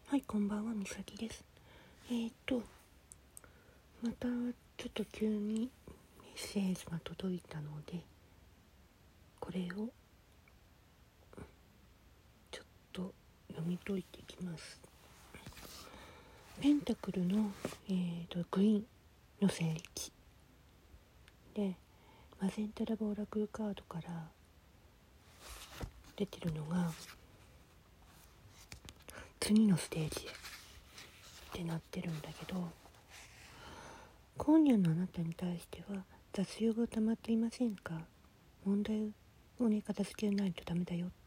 はい、こんばんは、みさきです。またちょっと急にメッセージが届いたので、これをちょっと読み解いていきます。ペンタクルの、クイーンの戦歴で、マゼンタラボオラクルカードから出てるのが、次のステージへってなってるんだけど、今夜のあなたに対しては雑用が溜まっていませんか？問題をね、片付けないとダメだよって。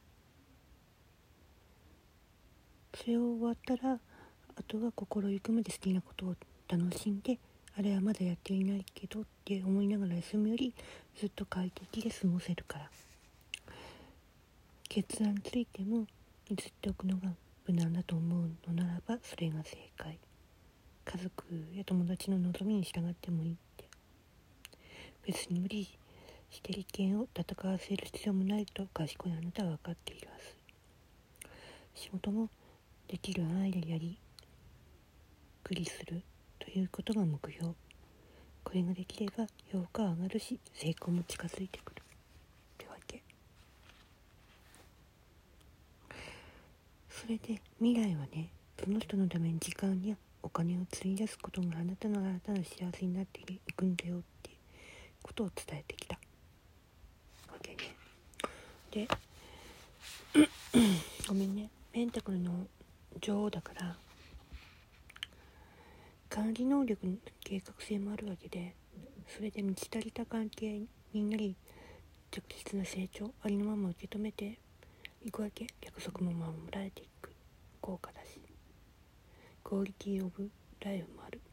それを終わったら、あとは心ゆくまで好きなことを楽しんで、あれはまだやっていないけどって思いながら休むよりずっと快適で過ごせるから。決断についても譲っておくのが無難だと思うのならば、それが正解。家族や友達の望みに従ってもいいって。別に無理して利権を戦わせる必要もないと賢いあなたは分かっているはず。仕事もできる範囲でやりくりするということが目標。これができれば評価は上がるし、成功も近づいてくるってわけ。それで未来はね、その人のために時間やお金を費やすことがあなたの新たな幸せになっていくんだよってことを伝えてきたわけね。でごめんね、ペンタクルの女王だから管理能力の計画性もあるわけで、それで満ち足りた関係になり、着実な成長ありのまま受け止めていくわけ。約束も守られていく効果だし、クオリティオブライフもある。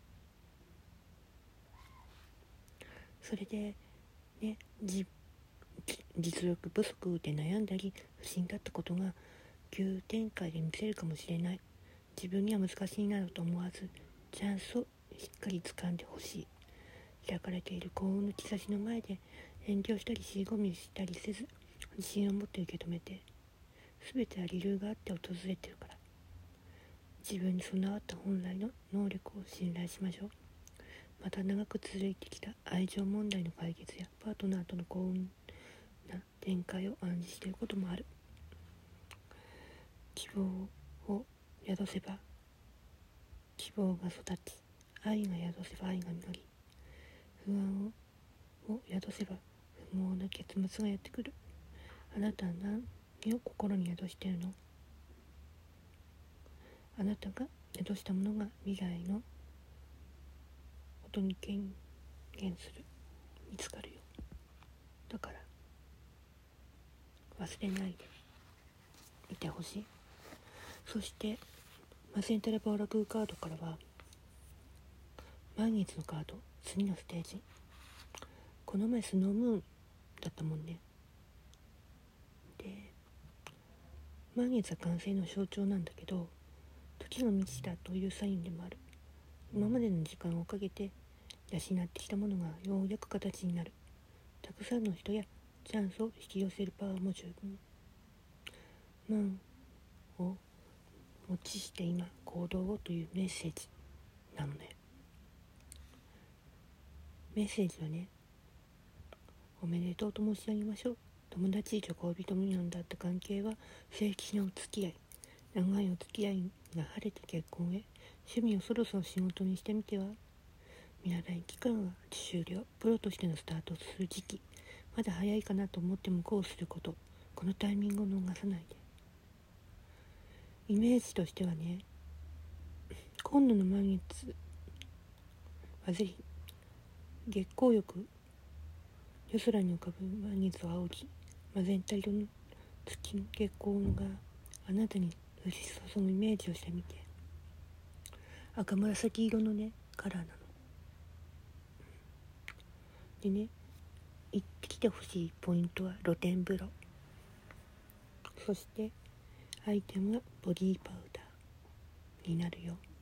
それでね、実力不足で悩んだり不審だったことが急展開で見せるかもしれない。自分には難しいなどと思わず、チャンスをしっかり掴んでほしい。開かれている幸運の兆しの前で遠慮したり尻込みしたりせず、自信を持って受け止めて、全ては理由があって訪れてるから。自分に備わった本来の能力を信頼しましょう。また長く続いてきた愛情問題の解決やパートナーとの幸運な展開を暗示していることもある。希望を宿せば希望が育ち、愛が宿せば愛が実り、不安を宿せば不毛な結末がやってくる。あなたは何を心に宿しているの？あなたが宿したものが未来のことに権限する。見つかるよ。だから忘れないでいてほしい。そしてマセンタラパオラクーカードからは、満月のカード、次のステージ。この前スノームーンだったもんね。で、満月は完成の象徴なんだけど、時が満ちたというサインでもある。今までの時間をかけて養ってきたものがようやく形になる。たくさんの人やチャンスを引き寄せるパワーも十分。満をもちして今行動をというメッセージなのね。メッセージはね、おめでとうと申し上げましょう。友達以上恋人未満だった関係は正規なお付き合い。長いお付き合いが晴れて結婚へ。趣味をそろそろ仕事にしてみては。見習い期間は終了。プロとしてのスタートをする時期。まだ早いかなと思ってもこうすること。このタイミングを逃さないで。イメージとしてはね、今度の満月はぜひ月光浴、夜空に浮かぶ満月を仰ぎ、マゼンタ色の月の月光があなたに降り注ぐイメージをしてみて。赤紫色のねカラーなのでね、行ってきてほしいポイントは露天風呂、そしてアイテムはボディーパウダーになるよ。